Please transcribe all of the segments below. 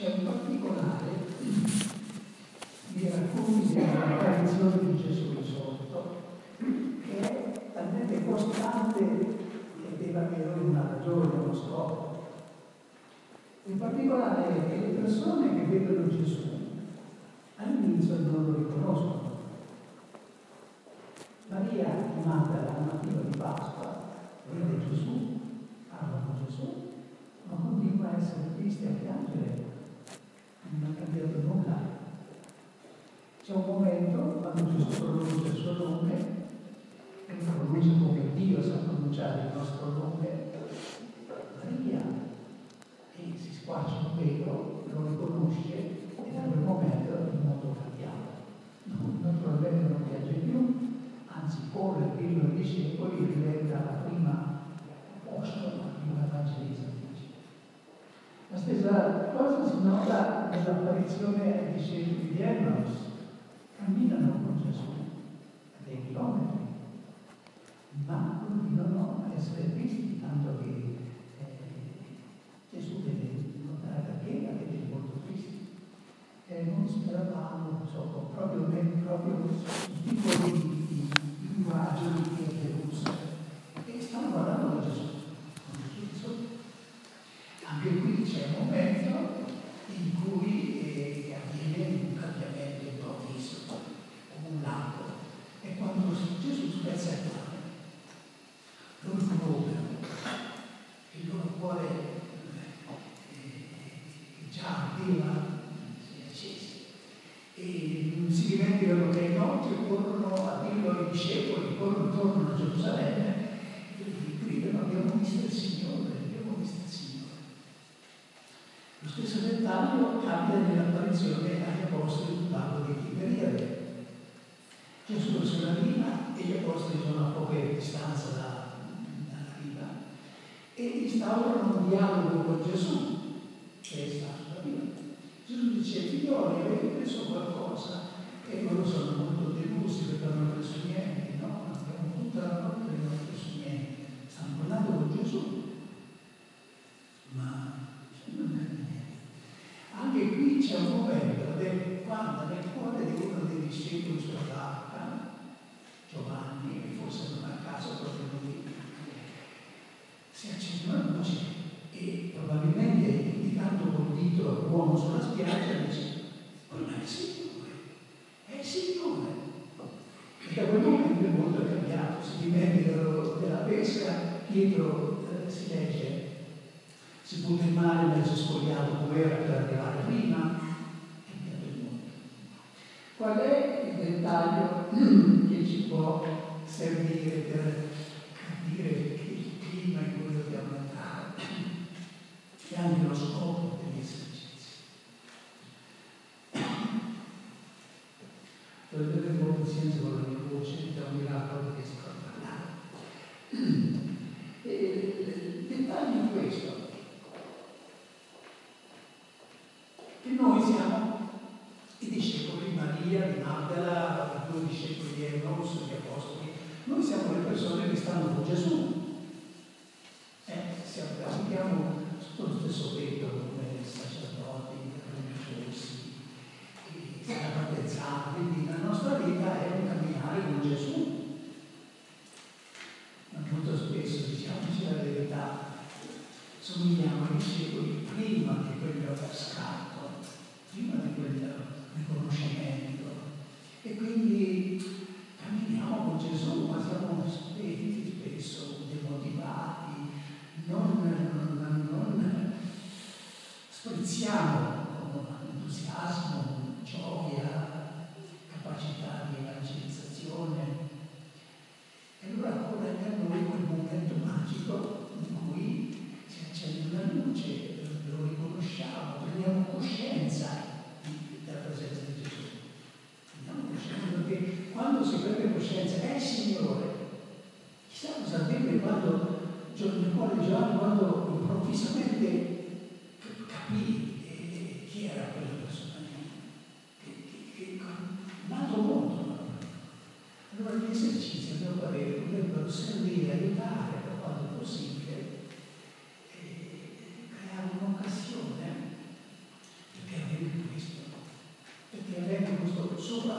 c'è un particolare di racconti dell'apparizione di Gesù risorto, che è talmente costante che deve avere una ragione, uno scopo. In particolare è che le persone che vedono Gesù all'inizio non lo riconoscono. Maria di Magdala, al mattino di Pasqua, vede Gesù, parla con Gesù, ma continua a essere triste e a piangere. Non ha cambiato nulla. C'è un momento quando Gesù pronuncia il suo nome, e lo pronuncia come Dio sa pronunciare il nostro nome, Maria, e si squarcia un pelo, lo riconosce, e da quel momento il mondo cambiato. Naturalmente non piange più, anzi corre a dirlo ai discepoli e diventa la prima apostola di un evangelista. La stessa cosa si nota nell'apparizione ai discepoli di Emmaus. Camminano con Gesù a dei chilometri, ma continuano a essere visti, tanto che Gesù deve notare da che la vede molto tristi. E non speravamo, proprio il tipo di linguaggio che è usato. E stanno guardando da Gesù. Anche qui c'è un momento in cui avviene un cambiamento improvviso, come un lampo. E quando Gesù spezza il pane, loro conobbono, il loro cuore già ardeva, si è acceso. E non si dimenticano che è notte, corrono a dirlo ai discepoli, corrono intorno a Gerusalemme e gli gridano: abbiamo visto il Signore, abbiamo visto il Signore. Lo stesso dettaglio cambia nell'apparizione agli apostoli sul lago di Tiberiade. Gesù è sulla riva e gli apostoli sono a poca distanza dalla riva e instaurano un dialogo con Gesù, che sta sulla riva. Gesù dice: figlioli, avete preso qualcosa? E loro sono molto delusi perché non hanno preso niente. No, abbiamo tutta la notte e non hanno preso niente. Stanno parlando con Gesù, ma non è niente. Anche qui c'è un momento quando nel cuore di uno dei discepoli sulla barca, Giovanni, forse non a caso proprio lui, si accende una luce e probabilmente indicando col dito l'uomo sulla spiaggia dice: ma è il Signore, è il Signore. E da quel momento il mondo è cambiato, si dimenticano della pesca. Pietro si legge: si butta in mare mezzo spogliato come era per arrivare prima, e via del mondo. Qual è il dettaglio che ci può servire per capire il clima in cui dobbiamo entrare e anche lo scopo degli esercizi? Dovete avere molta pazienza con la mia voce, è un miracolo che si può parlare. Il dettaglio è questo: che noi siamo i discepoli di Maria, di Magdala, i due discepoli di Emmaus, gli apostoli. Noi siamo le persone che stanno con Gesù. Siamo sotto lo stesso tetto come sacerdoti, religiosi, siamo battezzati, quindi la nostra vita è un camminare con Gesù. Ma molto spesso, diciamoci la verità, somigliamo ai discepoli prima di quel scarto, prima di quel riconoscimento, e quindi camminiamo con Gesù, ma siamo spenti spesso, demotivati, non sprizziamo con entusiasmo, gioia, capacità di evangelizzazione. E allora ora è per noi quel momento magico in cui si accende una luce, lo riconosciamo, prendiamo coscienza della presenza di Gesù. Prendiamo coscienza, perché quando si prende coscienza è il Signore. Chissà cosa avvenne quando nel cuore di Giovanni, quando improvvisamente capì chi era quella persona lì, che un altro mondo. Allora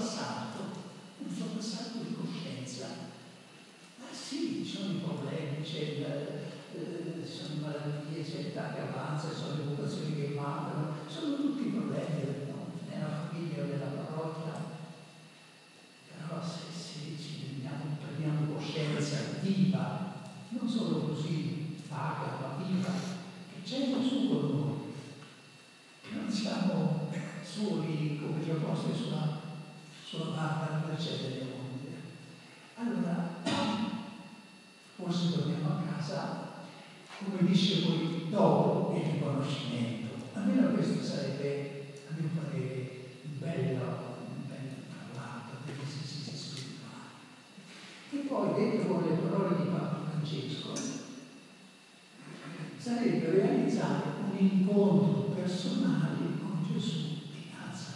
soprassalto di coscienza. Ah sì, ci sono i problemi, ci sono le malattie, c'è l'età che avanza, ci sono le vocazioni che mancano, sono tutti i problemi nella famiglia o nella parrocchia. Però se ci prendiamo coscienza viva, non solo così vaga, ma viva, che c'è Gesù con noi, che non siamo soli come gli apostoli sulla barca alla mercé delle onde. Allora, forse torniamo a casa, come dice poi, dopo il riconoscimento. Almeno questo sarebbe, a mio parere, un bel parlato dell'esercizio spirituale. E poi, detto con le parole di Papa Francesco, sarebbe realizzare un incontro personale con Gesù di Nazareth.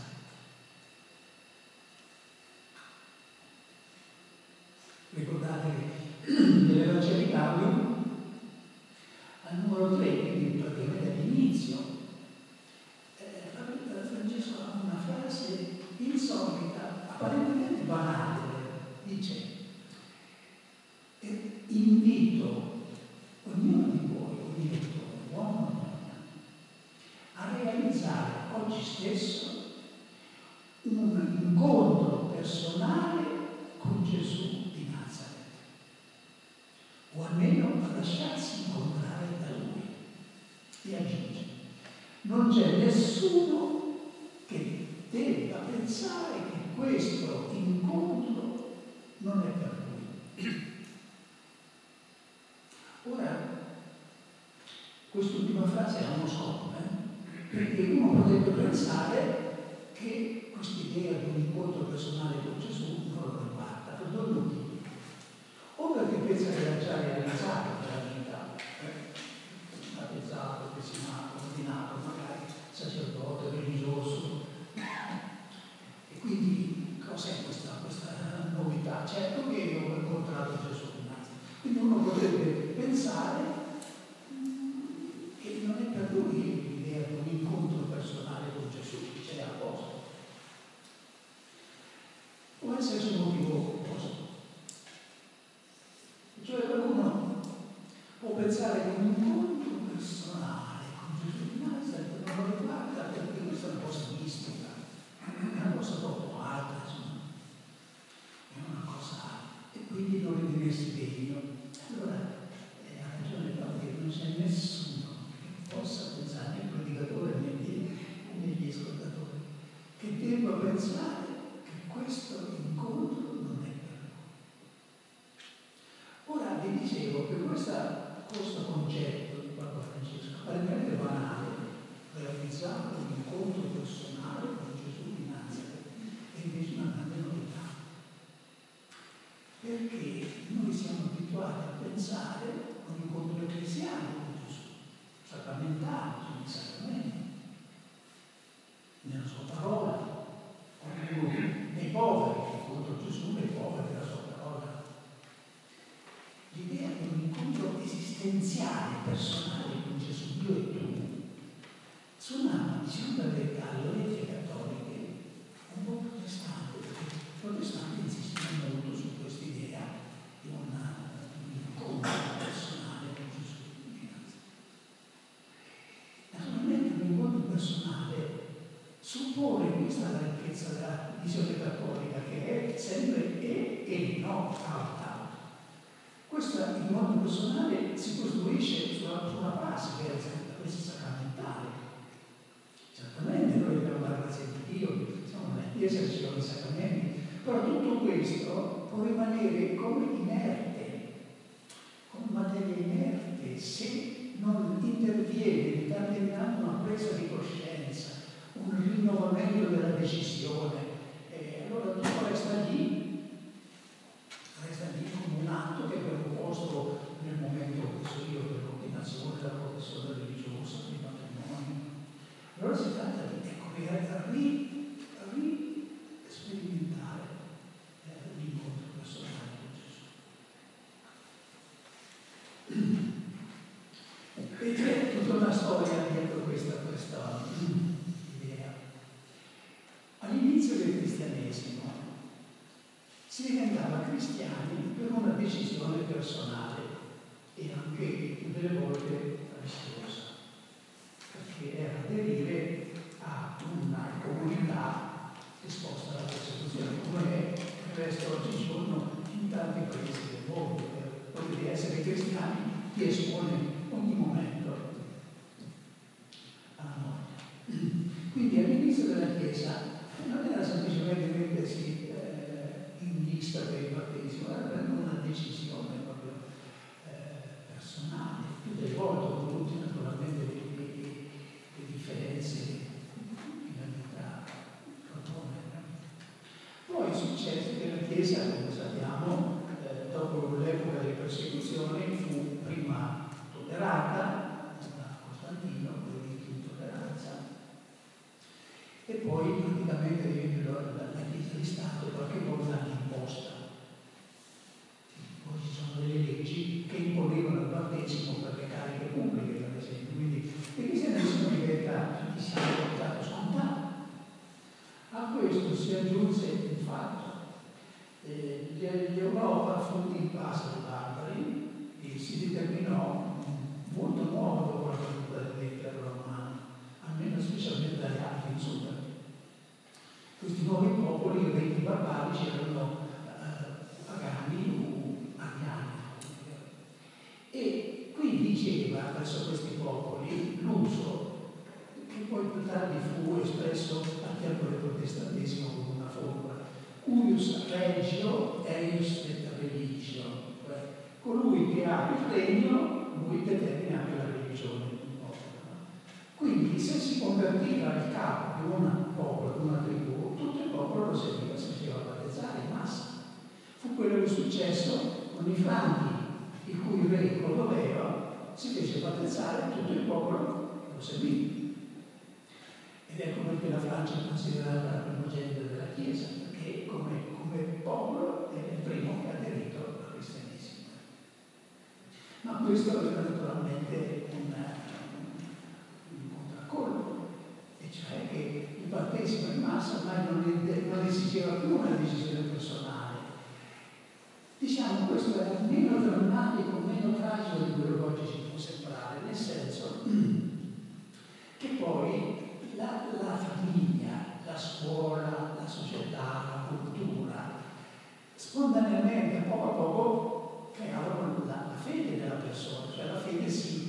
Ricordate nell'Evangelicario al numero 3, quindi praticamente all'inizio, Francesco ha una frase insolita, apparentemente banale, dice: invito ognuno di voi, ogni lettore, uomo o donna, a realizzare oggi stesso un incontro personale con Gesù di Nazareth, o almeno a lasciarsi incontrare da Lui. E aggiunge: non c'è nessuno che debba pensare che questo incontro non è per lui. Ora, quest'ultima frase ha uno scopo, perché uno potrebbe pensare che quest'idea di un incontro personale con Gesù non lo riguarda, per due motivi. O perché pensa che l'ha già realizzato nella vita, battezzato, pessinato, ordinato, magari sacerdote, religioso. E quindi cos'è questa novità? Certo che ho incontrato Gesù di Nazareth. Quindi uno potrebbe pensare che non è per lui l'idea di un incontro personale con Gesù, che c'è a posto. Può esserci un motivo opposto. Cioè qualcuno può pensare che un incontro personale con Gesù di Nazareth non lo riguarda, perché questa è una cosa mistica, è una cosa troppo alta, insomma, è una cosa, e quindi non ritenersi degno. Allora ha ragione Paolo che non c'è nessuno che possa pensare, né il predicatore né gli ascoltatori, che debba pensare che questo incontro non è per lui. Ora vi dicevo che questo concetto di Papa Francesco, apparentemente banale, realizzato un incontro personale con Gesù di Nazareth, è invece una grande novità. Perché noi siamo abituati a pensare a un incontro ecclesiale con Gesù, sacramentale, sono i sacramenti, nella sua parola, nei poveri, incontro Gesù nei poveri della sua parola. L'idea di un incontro esistenziale, personale con Gesù, io e tu, suona, diciamo la verità, alle orecchie cattoliche un po' protestante, perché i protestanti insistono molto su quest'idea di un incontro personale con Gesù di Nazareth. Naturalmente un incontro personale suppone, questa è la ricchezza della visione cattolica, che è sempre e no, out. Questo incontro personale si costruisce sulla base che è la presa sacramentale. Certamente noi abbiamo la grazia di Dio, siamo nella Chiesa, ci sono i sacramenti, però tutto questo può rimanere come inerte, come materia inerte, se non interviene di tanto in tanto una presa di coscienza, un rinnovamento della decisione. Allora tutto resta lì come un atto che abbiamo posto nel momento, penso io, dell'ordinazione, della professione religiosa, di matrimonio. Allora si tratta di sperimentare l'incontro personale con Gesù. E c'è tutta una storia dietro questa idea. All'inizio del cristianesimo si diventava cristiani per una decisione personale e anche il più delle volte rischiosa, perché era aderire a una comunità esposta alla persecuzione, come è il resto oggigiorno in tanti paesi del mondo. Poter essere cristiani ti espone ogni momento alla morte. Quindi all'inizio della Chiesa non era semplicemente mettersi in lista per il battesimo, era prendere una decisione proprio personale. Tutte le volte, con tutti naturalmente le differenze in vita proponere. Poi successe che la Chiesa, come sappiamo, dopo l'epoca delle persecuzioni fu prima tollerata da Costantino, con i riti di tolleranza, e poi praticamente divenne la Chiesa di Stato e qualche volta anche imposta. Poi ci sono delle leggi che imponevano il battesimo per le cariche pubbliche, per esempio, quindi le cristianesimo diventa, diciamo, stato scontato. A questo si aggiunse il fatto l'Europa fu invasa dai barbari e si determinò molto nuovo dopo la caduta dell'impero romano, almeno specialmente dagli Alpi in Sud. Questi nuovi popoli, i reti barbarici, erano pagani o ariani. E qui diceva verso questi popoli l'uso che poi più tardi fu espresso al tempo del protestantesimo con una formula: cuius regio eius et religio, colui che ha il regno, lui determina anche la religione. Quindi se si convertiva il capo di un popolo, di una tribù, tutto il popolo lo seguiva, si faceva battezzare in massa. Fu quello che è successo con i Franchi, il cui re Clodoveo si fece battezzare, tutto il popolo lo seguì. Ed ecco perché la Francia è considerata la primogenita della Chiesa, perché come popolo è il primo che ha aderito al cristianesimo. Ma questo aveva naturalmente un contraccolpo, e cioè che il battesimo in massa ormai non esigeva più una decisione personale. Diciamo, questo era meno drammatico, meno tragico di quello che oggi ci può sembrare, nel senso che poi la famiglia, la scuola, la società, la cultura, spontaneamente, poco a poco, creavano la fede della persona, cioè la fede si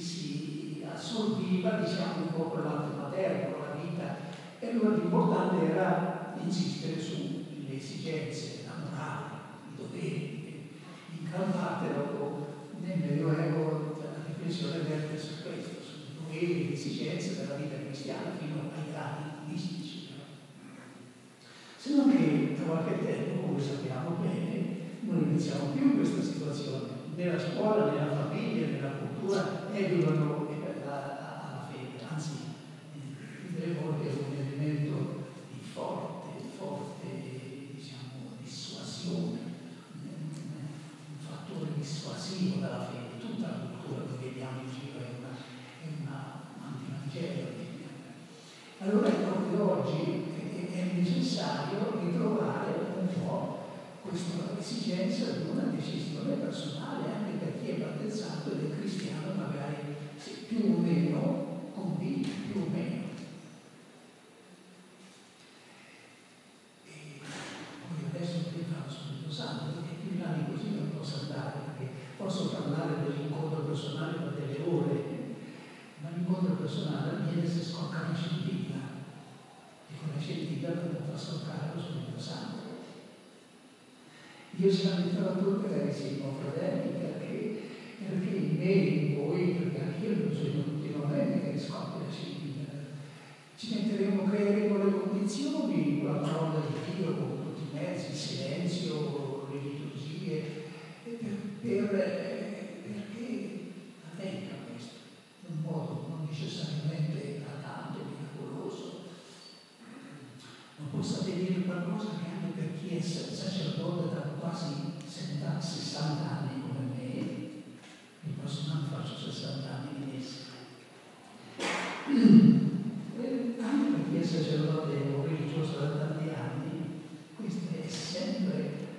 assorbiva, diciamo, un po' con l'atto materno, con la vita, e allora l'importante era insistere sulle esigenze, la morale, i doveri. In gran parte dopo, nel Medioevo, la riflessione verte su questo, e le esigenze della vita cristiana fino ai gradi mistici. Se non che da qualche tempo, come sappiamo bene, non iniziamo più in questa situazione. Né la scuola, né la famiglia, né la cultura educano alla fede, anzi, delle volte è un elemento di forte, diciamo, dissuasione, un fattore dissuasivo dalla fede. Tutta la cultura che vediamo in giro è una antivangelo. Allora proprio oggi è necessario ritrovare un po' questa esigenza di una decisione personale anche per chi è battezzato ed è cristiano, magari più o meno convinto, più o meno. E poi adesso ti fanno Spirito Santo, perché più in là di così non posso andare, perché posso parlare dell'incontro personale per delle ore, ma l'incontro personale avviene se scocca una scintilla, e quella scintilla non fa scoccare lo Spirito Santo. Io ci lamento tutte carissimi fratelli, perché in me, in voi, perché anche io lo sono continuamente che scoppia la scintilla. Ci metteremo, creeremo le condizioni con la parola di Dio, con tutti i mezzi, il silenzio, le liturgie, perché avvenga questo, in un modo non necessariamente eclatante, miracoloso, ma possa avvenire qualcosa che anche per chi è sacerdote da quasi 60 anni come me, il prossimo anno faccio 60 anni di messa, anche per chi è sacerdote o religioso da tanti anni, questo è sempre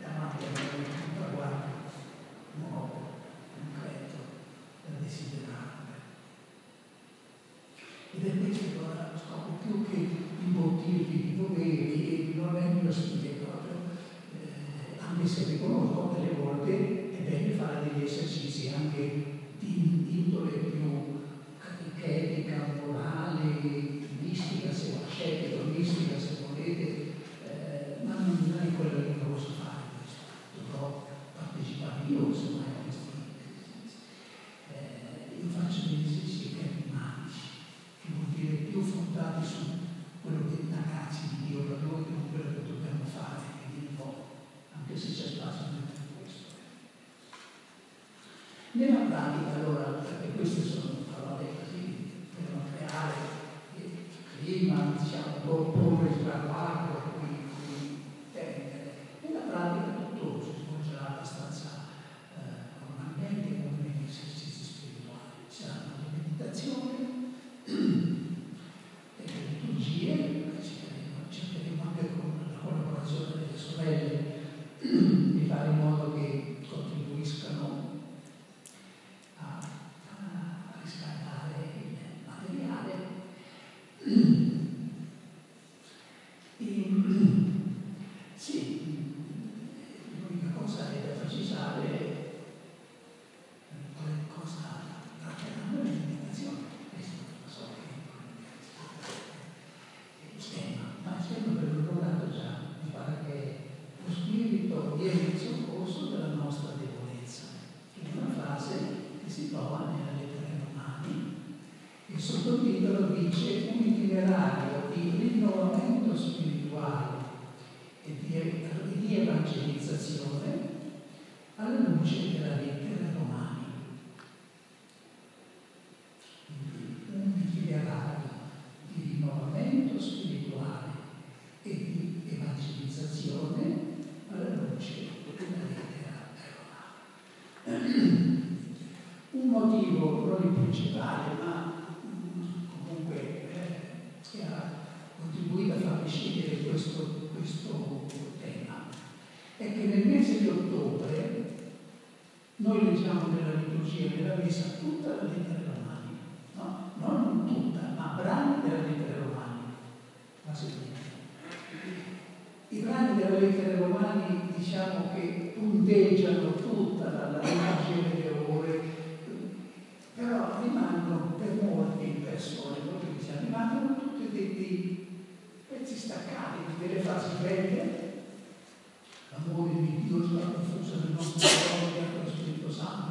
si riconoscono delle volte è bene fare degli esercizi anche di indole più catechetica, morale, mistica, se ascetica, mistica se volete, ma non è quello che posso fare questo. Dovrò partecipare io semmai a questi esercizi. Io faccio degli esercizi carismatici, che vuol dire più fondati su quello che è la grazia di Dio per noi che non quello che dobbiamo fare, quindi no, anche se c'è spazio per questo. Nella pratica, allora, perché queste sono parole così per non creare clima, diciamo, porre il traguardo, cui tendere. Nella pratica tutto si svolgerà abbastanza normalmente come negli esercizi spirituali. Ci saranno le meditazioni, le liturgie, cercheremo anche con la collaborazione delle sorelle di fare in modo che contribuiscano a riscaldare il materiale. Sì, l'unica cosa è da precisare cosa tratteranno le meditazioni. Questo lo so che è il tema, ma il tema per l'ho dato già, mi pare che lo spirito viene in soccorso della nostra debolezza, che è una frase che si trova nella lettera ai Romani. Il sottotitolo dice un itinerario di rinnovamento spirituale e di evangelizzazione alla luce della lettera ai Romani. Quindi un itinerario di rinnovamento spirituale e di evangelizzazione alla luce della lettera ai Romani. Un motivo non il principale, ma comunque che ha contribuito a farmi scegliere questo tema, è che nel mese di ottobre noi leggiamo nella liturgia della Messa tutta la lettera ai Romani, no? Non tutta, ma brani della lettera ai Romani. Ma i brani della lettera ai Romani diciamo che punteggiano tutta la liturgia delle ore, però rimangono per molte persone, molti cristiani, rimangono tutti dei pezzi staccati, delle frasi belle. L'amore di Dio sarà diffuso nel nostro cuore dentro lo Spirito Santo.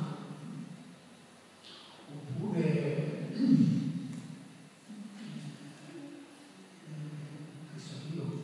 Oppure questo Dio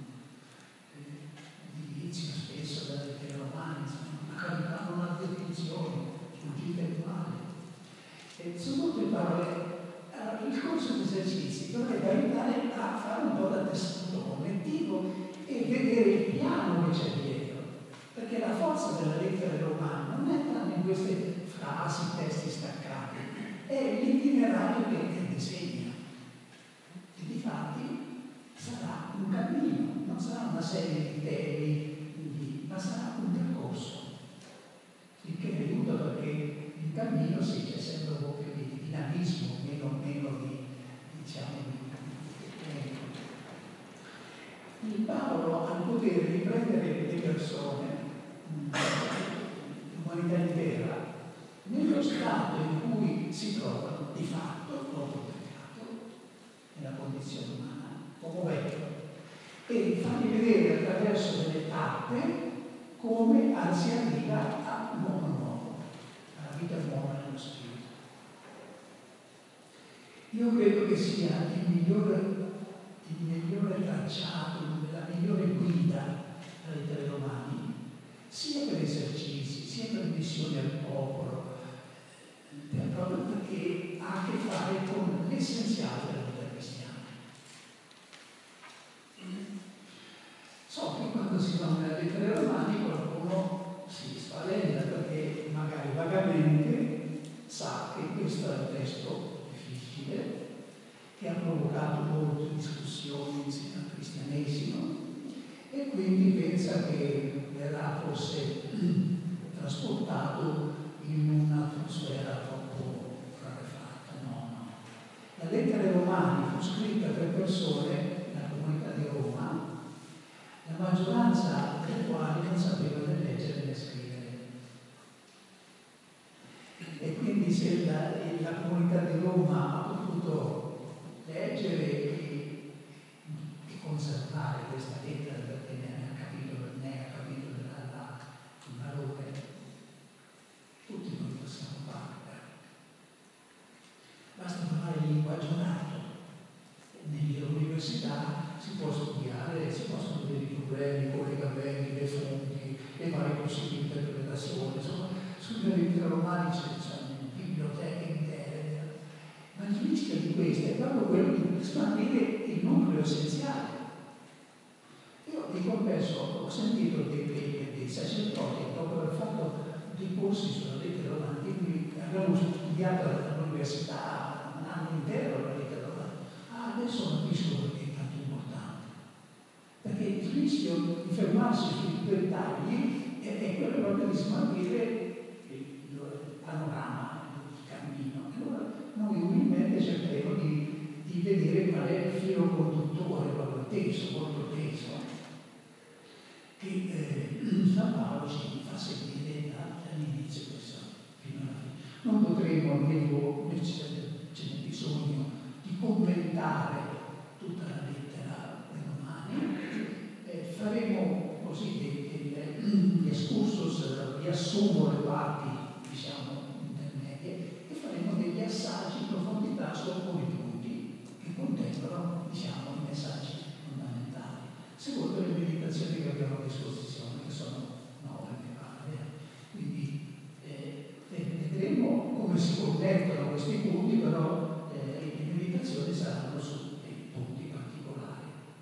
inizia spesso dalle lettera romane, la carità non ha definizione, sfuggita il male. E sono tutte parole. Il corso di esercizi dovrebbe aiutare a fare un po' da tessuto connettivo e vedere il piano che c'è dietro, perché la forza della lettera romana non è tanto in queste frasi, testi staccati, è l'itinerario che disegna. E difatti sarà un cammino, non sarà una serie di temi, ma sarà un percorso, il che mi aiuta perché il cammino sì, c'è sempre un po' più di dinamismo, meno di, diciamo, il Paolo ha il potere di prendere le persone, l'umanità intera, nello stato in cui si trovano di fatto dopo il peccato, nella condizione umana, uomo vecchio, e fargli vedere attraverso delle tappe come si arriva all'uomo nuovo, alla vita nuova nello spirito. Io credo che sia il migliore tracciato, la migliore guida alla lettera ai Romani, sia per esercizi, sia per missioni al popolo, proprio perché ha a che fare con l'essenziale della vita cristiana. So che quando si va nella lettera ai Romani qualcuno si spaventa perché magari vagamente sa che questo è un testo difficile, che ha provocato molte discussioni insieme al cristianesimo e quindi pensa che verrà forse trasportato in un'atmosfera troppo rarefatta. No. La lettera ai Romani fu scritta per persone nella comunità di Roma, la maggioranza delle quali non sapeva nemmeno se la comunità di Roma ha potuto leggere e conservare questa lettera perché ne ha capito il valore, tutti noi possiamo farlo. Basta trovare il linguaggio nato. Nelle università si può studiare, si possono vedere i problemi, i collegamenti, le fonti, le varie possibili interpretazioni. Insomma, sulle lettere romane ci sono biblioteche intere, ma il rischio di questo è proprio quello di smarrire il nucleo essenziale. Io vi confesso, ho sentito dei sacerdoti, dopo aver fatto dei corsi sulla lettera romana, quindi abbiamo studiato all'università un anno intero la lettera romana. Adesso capisco perché è tanto importante, perché il rischio di fermarsi sui dettagli è quello proprio di smarrire il panorama, il cammino. Allora noi umilmente cercheremo di vedere qual è il filo conduttore, proprio teso, molto teso, che San Paolo ci fa sentire dall'inizio fino alla fine. Non potremo, ce n'è bisogno, di commentare tutta la lettera dei Romani, faremo così degli excursus, riassumo le parti, diciamo, intermedie, e faremo degli assaggi in profondità su alcuni punti che contengono, diciamo, i messaggi fondamentali, secondo le meditazioni che abbiamo a disposizione, che sono 9, mi pare. Quindi vedremo come si connettono questi punti, però le meditazioni saranno su dei punti particolari.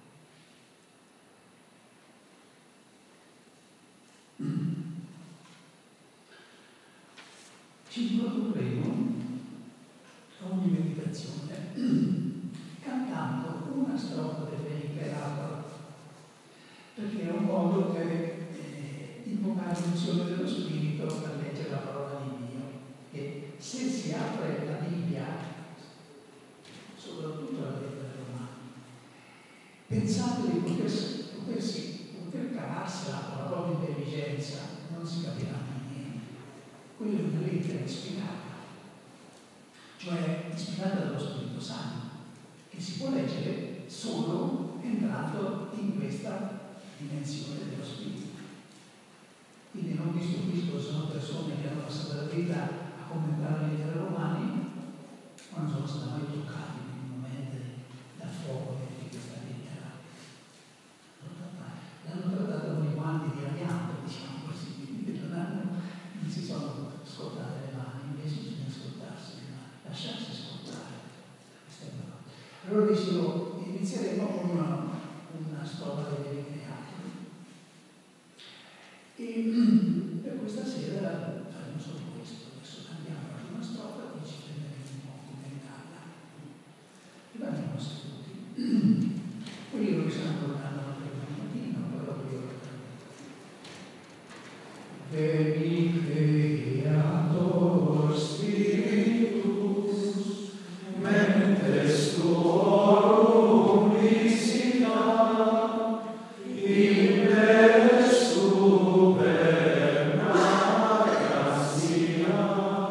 Ci introdurremo a ogni meditazione cantando una strofa dell'Imperatore, perché è un modo per invocare l'unzione dello Spirito per leggere la parola di Dio. E se si apre la Bibbia, soprattutto la lettera romana, pensate di poter cavarsela con la propria intelligenza, non si capirà mai niente. Quella è una lettera ispirata, cioè ispirata dallo Spirito Santo, che si può leggere solo entrando in questa dimensione dello Spirito. Quindi non vi stupisco, sono persone che hanno passato la vita a commentare le lettere romane, ma non sono stati mai toccati minimamente dal fuoco di questa lettera. L'hanno trattata con i guanti di amianto, diciamo così, quindi non si sono scottate le mani, invece bisogna scottarsi le mani, lasciarsi scottare. Allora dicevo, inizieremo con una storia degli creati. E per questa sera faremo solo questo. Adesso andiamo a una strofa e ci prenderemo un po' come Italia. Rimaniamo seduti. Poi io lo stiamo portando per il mattino, però io Veni Creator Spiritus, mentes tuorum visita, in res superna gratia,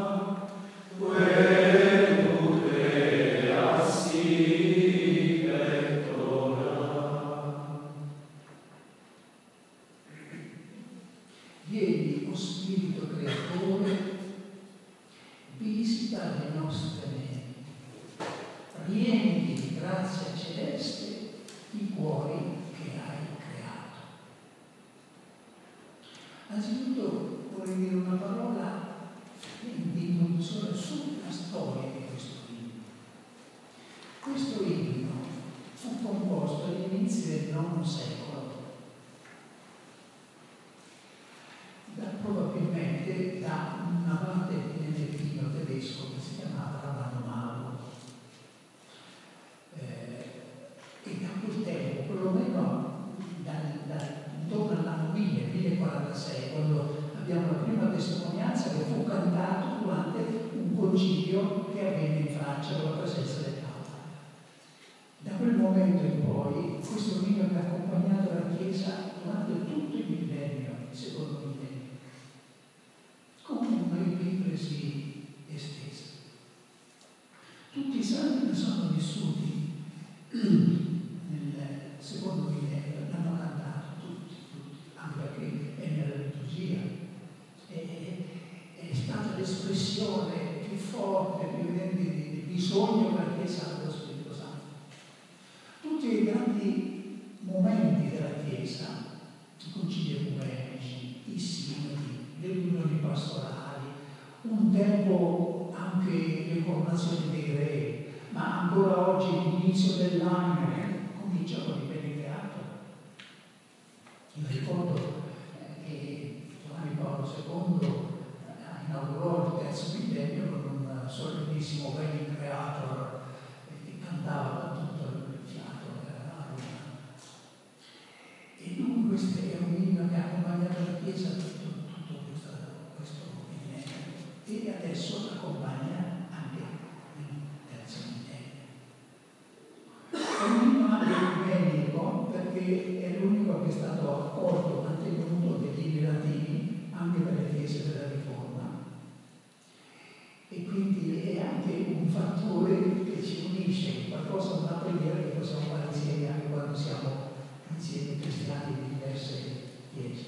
venute assi pectora. Vieni, o Spirito Creatore, visita le nostre menti, riempi di grazia celeste i cuori che hai creato. Anzitutto vorrei dire una parola di introduzione sulla storia di questo inno. Questo inno fu composto agli inizi del IX secolo, probabilmente da un abate benedetino tedesco che si chiamava Rabbano Mauro. E da quel tempo, perlomeno intorno all'anno 1046, quando abbiamo la prima testimonianza che fu cantato durante un concilio che avvenne in Francia con la presenza del Papa. Da quel momento in poi questo inno che ha accompagnato la Chiesa durante tutto il millennio, il secondo millennio, come un'epifresi estesa. canzoni sono vissuti nel secondo millennio, l'hanno cantato tutti, anche perché è nella liturgia. È stata l'espressione più forte, più evidente di bisogno che la Chiesa ha dello Spirito Santo. Tutti i grandi momenti della Chiesa, i concili ecumenici, i sinodi, le riunioni pastorali, un tempo anche le coronazioni dei re, ma ancora oggi l'inizio dell'anno comincia con il Beneteato. Io ricordo che Giovanni Paolo II inaugurò il terzo millennio con un solennissimo Beneteato Creator che cantava con tutto il fiato a Roma. E dunque questo è un inno che ha accompagnato la Chiesa tutto questo millennio e adesso accompagna anche il terzo millennio. È un inno anche ecumenico perché è l'unico che è stato accolto, mantenuto degli inni latini anche per le chiese della Riforma. E quindi è anche un fattore che ci unisce, qualcosa, una preghiera che possiamo fare insieme anche quando siamo insieme cristiani di diverse chiese.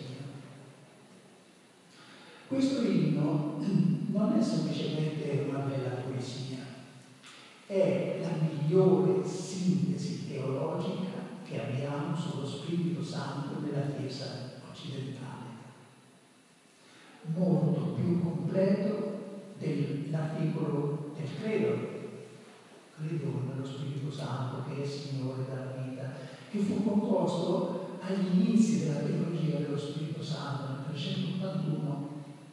Questo inno non è semplicemente una bella poesia, è la migliore sintesi teologica che abbiamo sullo Spirito Santo nella Chiesa occidentale. Molto più completo dell'articolo del credo. Credo nello Spirito Santo che è Signore della vita, che fu composto agli inizi della teologia dello Spirito Santo nel 381.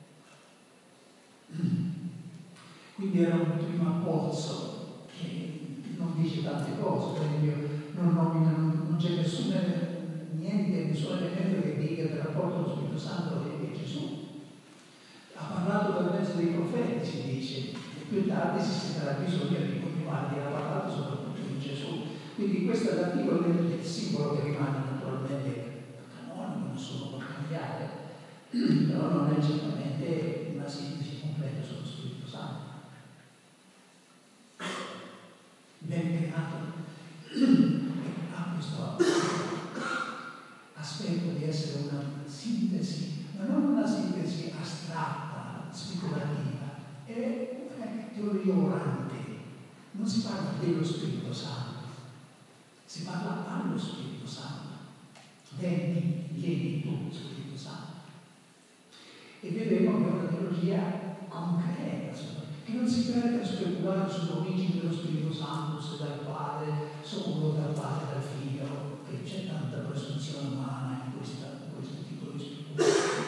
Quindi era un primo approccio che non dice tante cose, per esempio non c'è nessuna elemento che dica che il rapporto dello Spirito Santo è Gesù. Ha parlato per mezzo dei profeti, si dice, e più tardi si sentirà bisogno di continuare a parlare soprattutto di Gesù. Quindi questo è l'articolo del simbolo che rimane naturalmente canonico, nessuno può cambiare, però non è certamente una sintesi completa sullo Spirito Santo. Ben creato ha questo aspetto di essere una sintesi, ma non una sintesi astratta, speculativa, è teoria orante. Non si parla dello Spirito Santo, si parla allo Spirito Santo. Vieni tu, Spirito Santo. E vedremo che è una teologia concreta, che non si perde a speculare sull'origine dello Spirito Santo, se dal Padre, solo dal Padre e dal Figlio, che c'è tanta presunzione umana in questo tipo di speculazione.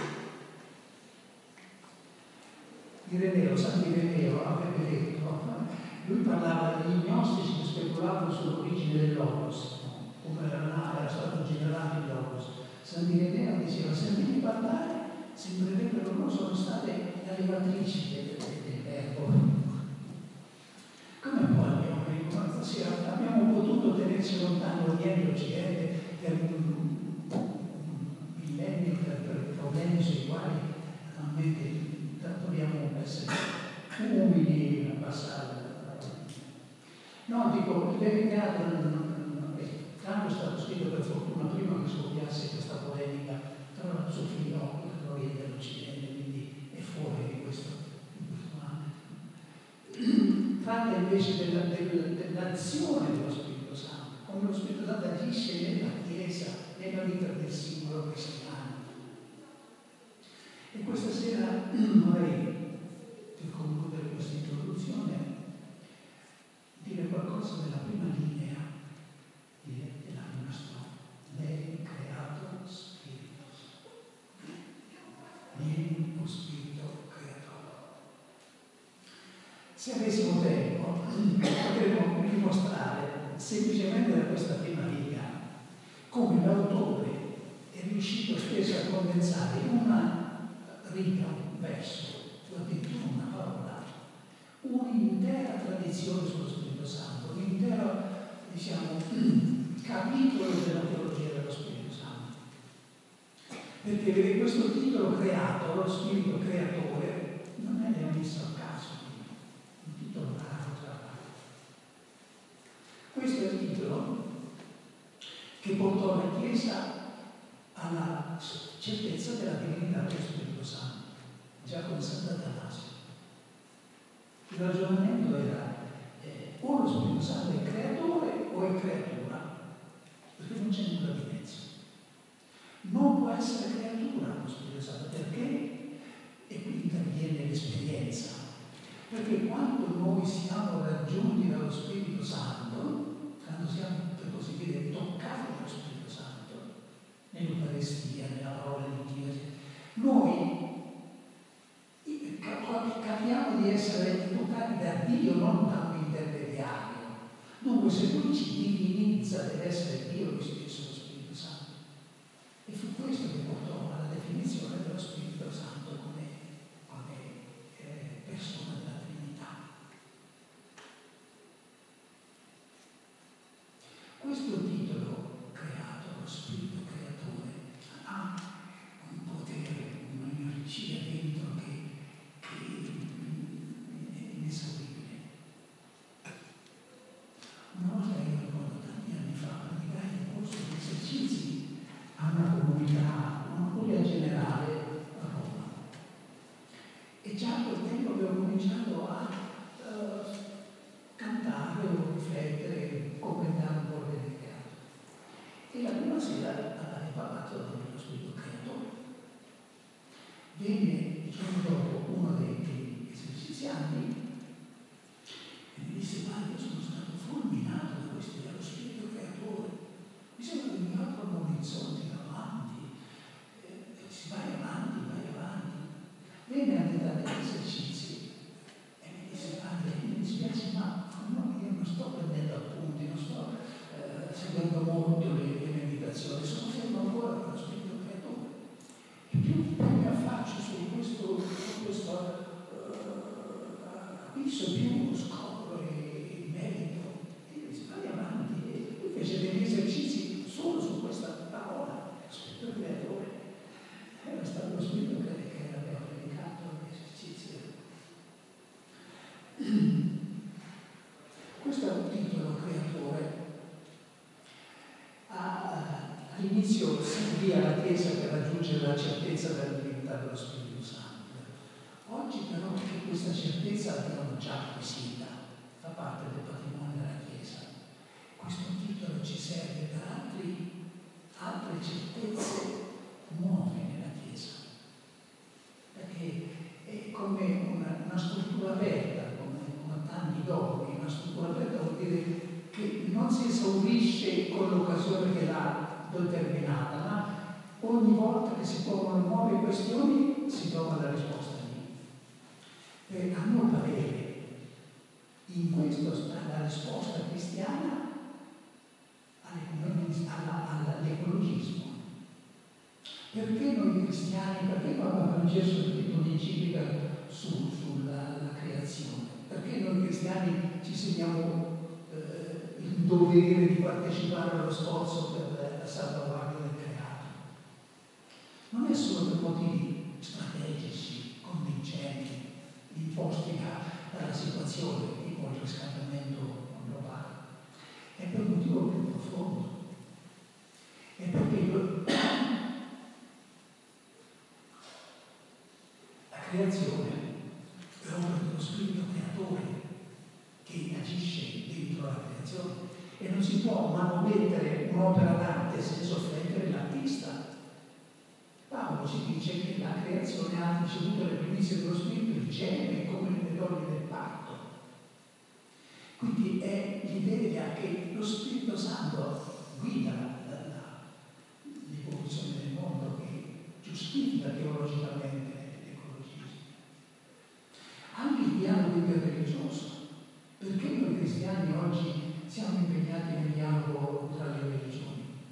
San Ireneo avrebbe detto, lui parlava degli gnostici che speculavano sull'origine del Logos, come era stato generato il Logos. San Ireneo diceva, sentiti parlare, sembrerebbe che loro sono state le levatrici del verbo. Come poi abbiamo potuto tenerci lontano Oriente e Occidente per millenni, per problemi sui quali naturalmente dobbiamo essere umili a passare. No, dico, il Beneteato tanto è stato scritto per fortuna prima che scoppiasse questa polemica tra suo figlio l'Oriente e l'Occidente, quindi è fuori di questo ambito. Tratta invece dell'azione dello Spirito Santo, come lo Spirito Santo agisce nella Chiesa, nella vita del singolo cristiano. E questa sera vorrei, per concludere questa introduzione, dire qualcosa della prima linea dell'anima nostra. Lei creato Spiritus. Vieni, o Spirito creatore. Se avessimo tempo, potremmo dimostrare semplicemente da questa prima linea come l'autore è riuscito spesso a condensare in una riga, un verso, o addirittura una parola, un'intera tradizione sullo Spirito Santo, un intero, capitolo della teologia dello Spirito Santo. Perché questo titolo creato, lo Spirito creatore, non è messo a caso, un titolo raro tra l'altro. che portò la Chiesa alla certezza della divinità dello Spirito Santo, già con Sant'Atanasio. Il ragionamento era o lo Spirito Santo è creatore o è creatura, perché non c'è nulla di mezzo. Non può essere creatura lo Spirito Santo, perché? E qui interviene l'esperienza, perché quando noi siamo raggiunti dallo Spirito Santo, quando siamo, per così dire, toccati dallo Spirito Santo, nell'Eucaristia, nella parola di Dio, noi capiamo di essere toccati da Dio, non da un intermediario. Dunque, se Lui ci divinizza, deve essere Dio lui stesso, lo Spirito Santo. E fu questo che portò alla definizione dello Spirito Santo come persona della Trinità. Questo titolo creato, lo Spirito Creatore, ha un potere, un'energia dentro che è inesauribile. Una volta io ricordo tanti anni fa, praticai nel corso di esercizi a una comunità, una curia generale a Roma. E già a quel tempo avevo cominciato a cantare o riflettere, commentare un po' il creato. E la prima sera avevo parlato dello Spirito Creatore. Venne il giorno dopo uno degli esercizianti e mi disse: guarda, io sono stato fulminato da questo dello Spirito Creatore. Mi sembra che mi aprono orizzonti avanti, vai avanti. Venne a metà degli esercizi e mi disse: padre, mi dispiace, ma no, io non sto prendendo appunti, non sto seguendo molto le meditazioni, sono fermo ancora con lo Spirito Creatore. E più mi affaccio su questo abisso, più scopro e merito. E mi dice: vai avanti. E lui fece degli esercizi solo su questa parola, Spirito Creatore. Era stato lo Spirito che aveva predicato l'esercizio. Questo è un titolo creatore. All'inizio servì alla Chiesa per raggiungere la certezza della divinità dello Spirito Santo. Oggi però che questa certezza l'abbiamo già acquisita, fa parte del patrimonio della Chiesa. Questo titolo ci serve per altre certezze nuove nella Chiesa, perché è come una struttura aperta, come tanti dogmi. Una struttura aperta vuol dire che non si esaurisce con l'occasione che l'ha determinata, ma ogni volta che si pongono nuove questioni si trova la risposta lì. E a mio parere, in questo sta la risposta cristiana all'ecologismo. Perché noi cristiani, perché Papa Francesco ha scritto un'enciclica sulla creazione? Perché noi cristiani ci sentiamo il dovere di partecipare allo sforzo per la salvaguardia del creato? Non è solo per motivi strategici, convincenti, imposti dalla situazione, tipo il riscaldamento globale, è per un motivo più profondo. È perché la creazione è opera dello Spirito Creatore che agisce dentro la creazione e non si può manomettere un'opera d'arte senza offendere l'artista. Paolo ci dice che la creazione ha ricevuto le primizie dello Spirito, il geme come nelle donne del parto. Quindi è l'idea che lo Spirito Santo guida l'evoluzione del mondo, che giustifica teologicamente l'ecologismo. Anche il dialogo interreligioso. Perché noi cristiani oggi siamo impegnati nel dialogo tra le religioni?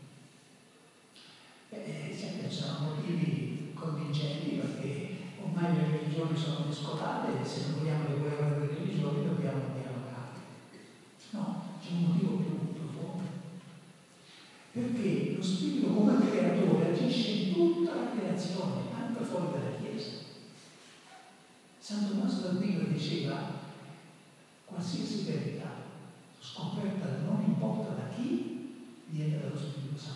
Sempre ci sono motivi convincenti, perché ormai le religioni sono mescolate e se non vogliamo le guerre delle religioni dobbiamo dialogare. No, c'è un motivo più profondo. Perché lo Spirito come creatore agisce in tutta la creazione, anche fuori dalla Chiesa. San Tommaso d'Aquino diceva: qualsiasi verità scoperta non importa da chi, viene dallo Spirito Santo.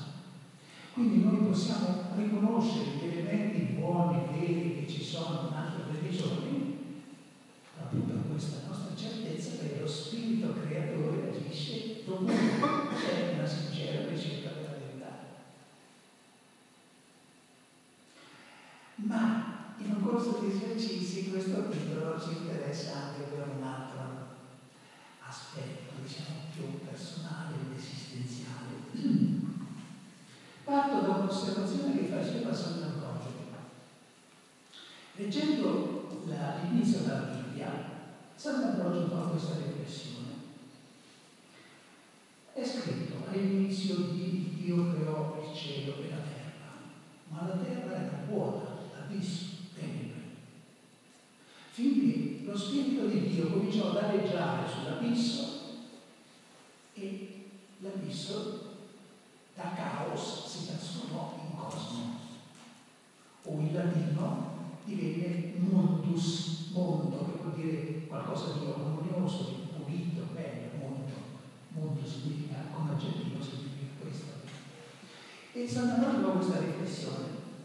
conoscere gli elementi buoni, veri che ci sono in altri religioni, proprio per questa nostra certezza che lo spirito creatore agisce dovunque c'è una sincera ricerca della verità. Ma in un corso di esercizi questo libro ci interessa anche per un altro aspetto, diciamo, più personale ed esistenziale. Parto da un'osservazione che faceva Sant'Ambrogio. Leggendo l'inizio della Bibbia, Sant'Ambrogio fa questa riflessione. È scritto all'inizio di Dio creò il cielo e la terra, ma la terra era vuota, abisso, tenebre. Finché lo Spirito di Dio cominciò ad aleggiare sull'abisso e l'abisso da caos si trasformò in cosmo, o in latino divenne mundus, mondo, che vuol dire qualcosa di armonioso, di pulito, bello, mondo. Mondo significa, come aggettivo significa questo. E Sant'Ambrogio fa questa riflessione.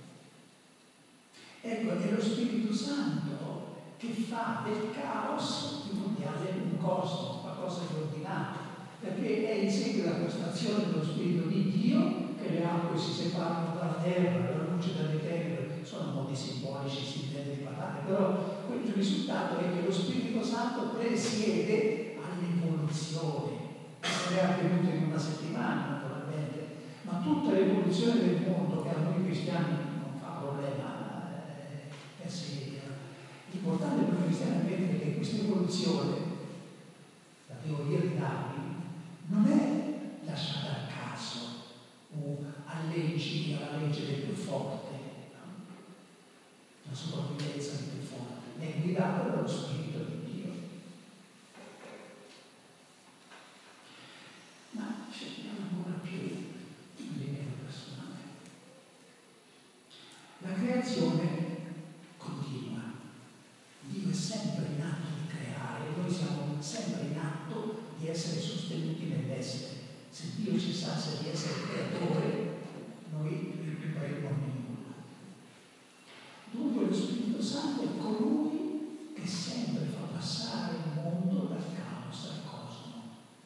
Ecco, è lo Spirito Santo che fa del caos mondiale un cosmo, qualcosa di ordinato, perché è in seguito a questa azione dello Spirito di Dio che le acque si separano dalla terra, la luce dalle tenebre. Sono modi simbolici, si intende di parlare, però il risultato è che lo Spirito Santo presiede all'evoluzione. Non è avvenuto in una settimana, naturalmente, ma tutta l'evoluzione del mondo, che a noi cristiani non fa problema per sé. L'importante per noi cristiani è vedere che questa evoluzione, la teoria di Darwin, non è lasciata al caso o alla legge del più forte, la sopravvivenza del più forte, è guidata dallo Spirito di Dio. Ma scendiamo ancora più in livello personale. La creazione continua. Dio è sempre in atto di creare, noi siamo sempre in atto di essere sostenuti nell'essere. Se Dio cessasse di essere creatore, noi rimarremmo in nulla. Dunque lo Spirito Santo è colui che sempre fa passare il mondo dal caos al cosmo,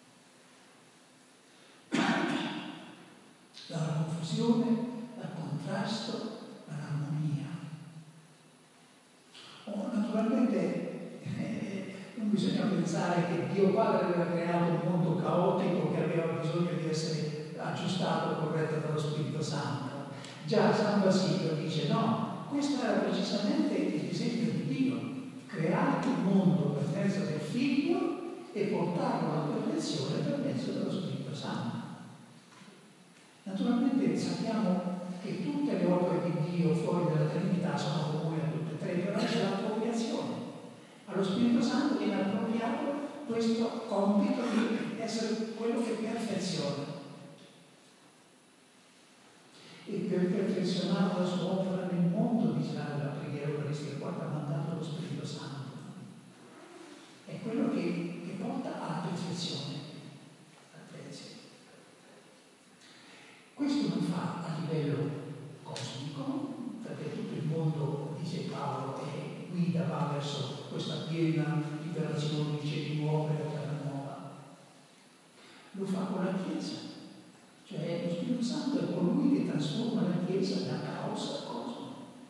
dalla confusione, dal contrasto, dall'armonia. Naturalmente non bisogna pensare che Dio Padre aveva creato un mondo caotico che aveva bisogno di essere aggiustato e corretto dallo Spirito Santo. Già San Basilio dice no, questo era precisamente il disegno di Dio, creare il mondo per mezzo del Figlio e portarlo alla perfezione per mezzo dello Spirito Santo. Naturalmente sappiamo che tutte le opere di Dio fuori dalla Trinità sono comuni a tutte e tre, però c'è l'appropriazione. Allo Spirito Santo viene appropriato questo compito di essere quello che perfeziona. E per perfezionare la sua opera nel mondo, dice la preghiera eucaristica, il quarto mandato dello Spirito Santo. È quello che porta alla perfezione. Questo non fa a livello cosmico, perché tutto il mondo, dice Paolo, va verso questa piena liberazione di cieli nuove e terra nuova. Lo fa con la Chiesa, cioè lo Spirito Santo è colui che trasforma la Chiesa da caos al cosmo,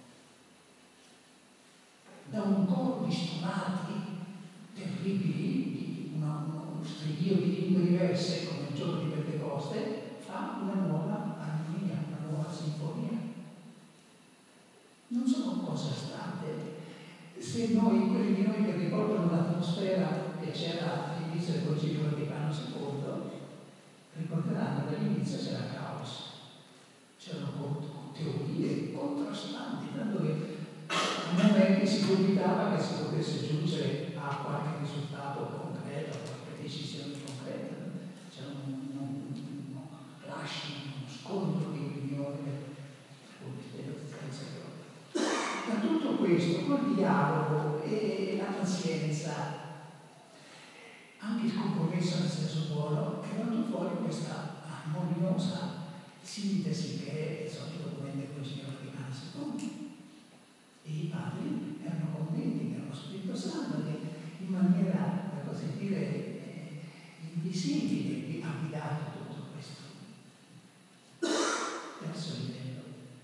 da un coro di stonati terribili, di uno stridio di lingue diverse come il giorno di Pentecoste, fa una nuova armonia, una nuova sinfonia. Non sono cose astratte. Se quelli di noi che ricordano l'atmosfera che c'era all'inizio del Concilio Vaticano II, ricorderanno che all'inizio c'era caos, c'erano teorie contrastanti, tanto che a momenti si dubitava che si potesse giungere a qualche risultato concreto, a qualche decisione concreta. C'era un clash, uno scontro di opinioni. Da tutto questo, col dialogo e la pazienza, anche il compromesso nel senso buono, è venuto fuori questa armoniosa sintesi che è il solito documento del Signore Vaticano II. E i padri erano convinti che lo Spirito Santo in maniera, per così dire, invisibile ha guidato tutto questo. Terzo livello.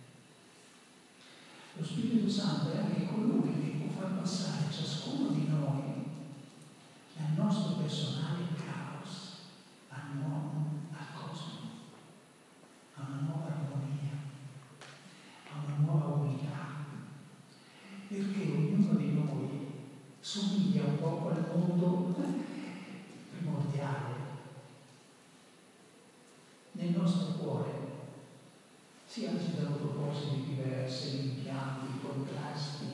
Lo Spirito Santo è anche colui che può far passare ciascuno di noi dal nostro personale caos al cosmo, a una nuova armonia, a una nuova unità, perché ognuno di noi somiglia un po' al mondo primordiale. Nel nostro cuore si agitano propositi diversi, rimpianti, contrasti.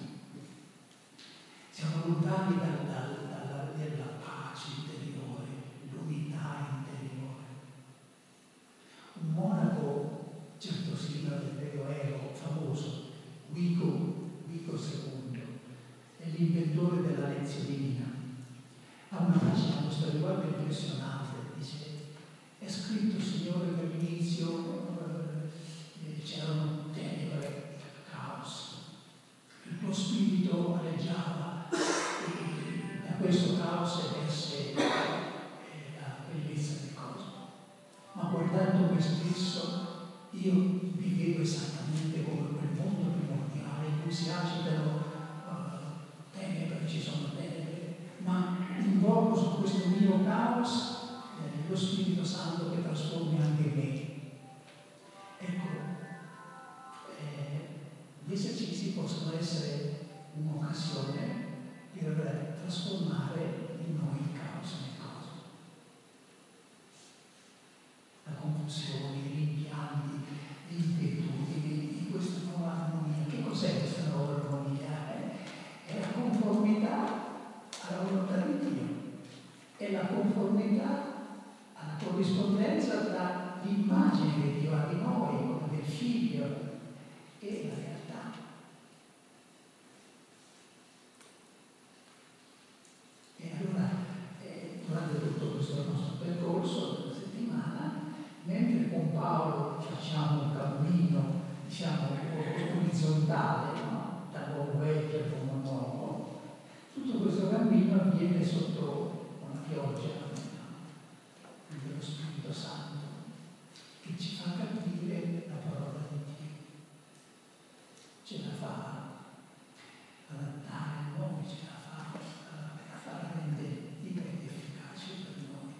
Siamo lontani dalla pace interiore, l'unità interiore. Un monaco certosino del Medioevo, famoso, Vico II, è l'inventore della lezione divina. Ha una pagina a questo riguardo impressionante, dice: è scritto, Signore, che all'inizio c'erano tenebre, caos. Il tuo spirito aleggiava e da questo caos emerse la bellezza del cosmo. Ma guardando me stesso, io mi vedo esattamente come quel mondo primordiale in cui si agitano tenebre, ci sono tenebre, ma invoco su questo mio caos lo Spirito Santo che trasformi anche me. Ecco, gli esercizi possono essere un'occasione per trasformare in noi il caos nel cosmo. La confusione, i rimpianti, le inquietudini, in questa nuova armonia. Che cos'è questa nuova armonia? È la conformità alla volontà di Dio, è la conformità alla corrispondenza tra l'immagine che Dio ha di noi, come del figlio, e la realtà. E allora, durante tutto questo nostro percorso, questa settimana, mentre con Paolo facciamo un cammino, diciamo, orizzontale, no? Dall'uomo vecchio al uomo nuovo, tutto questo cammino avviene sotto una pioggia dello Spirito Santo che ci fa capire la parola di Dio, ce la fa adattare a noi, ce la fa rendere viva ed efficace per noi.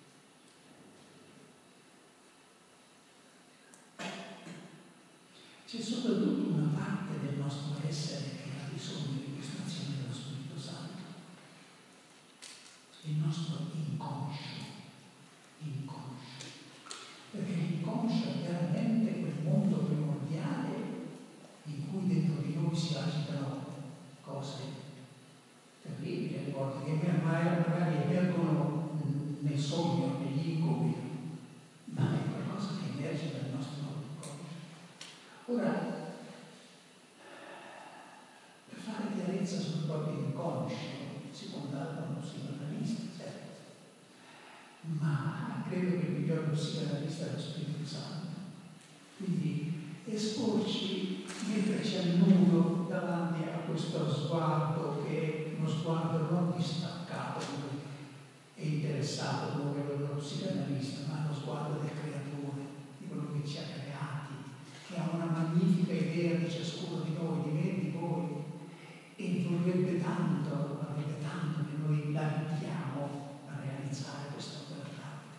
C'è soprattutto una parte del nostro essere che ha bisogno di questa azione dello Spirito Santo, il nostro inconscio. Perché l'inconscio è veramente quel mondo primordiale in cui dentro di noi si agitano cose terribili, alle volte che magari emergono nel sogno, negli incubi, ma è qualcosa che emerge dal nostro inconscio. Ora, per fare chiarezza sul proprio inconscio si può andare da uno psicoanalista, certo, ma credo che il miglior psicoanalista è lo Spirito Santo. Quindi esporci, metterci a nudo davanti a questo sguardo che è uno sguardo non distaccato e interessato come quello dello psicoanalista, ma uno sguardo del creatore, di quello che ci ha creati, che ha una magnifica idea di ciascuno di noi, di me e di voi, e vorrebbe tanto che noi la aiutiamo a realizzare questa opera pratica.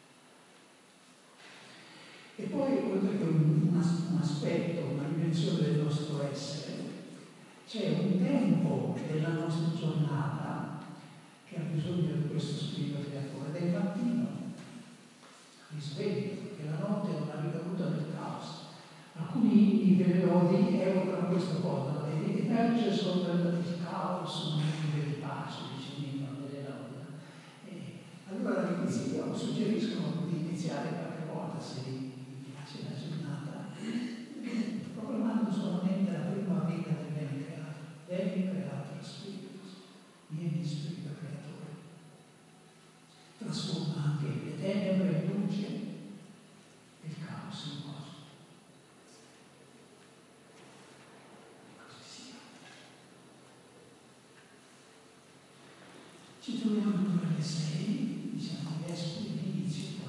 E poi, oltre che un aspetto, una dimensione del nostro essere, c'è un tempo della nostra giornata che ha bisogno di questo spirito creatore, del mattino, risveglio, che la notte è una ricaduta del caos. Alcuni periodi evocano questa cosa, emerge sopra il caos un momento di pace, dice Nino delle Laura. Allora io suggerisco di iniziare qualche volta, se vi piace la giornata, proclamando solamente la prima riga del bene creato. Bene creato lo Spirito, vieni Spirito Creatore. Trasforma anche le tenebre in luce e il caos in cosmo. Ci troviamo dove alle 6, diciamo che esco all'inizio,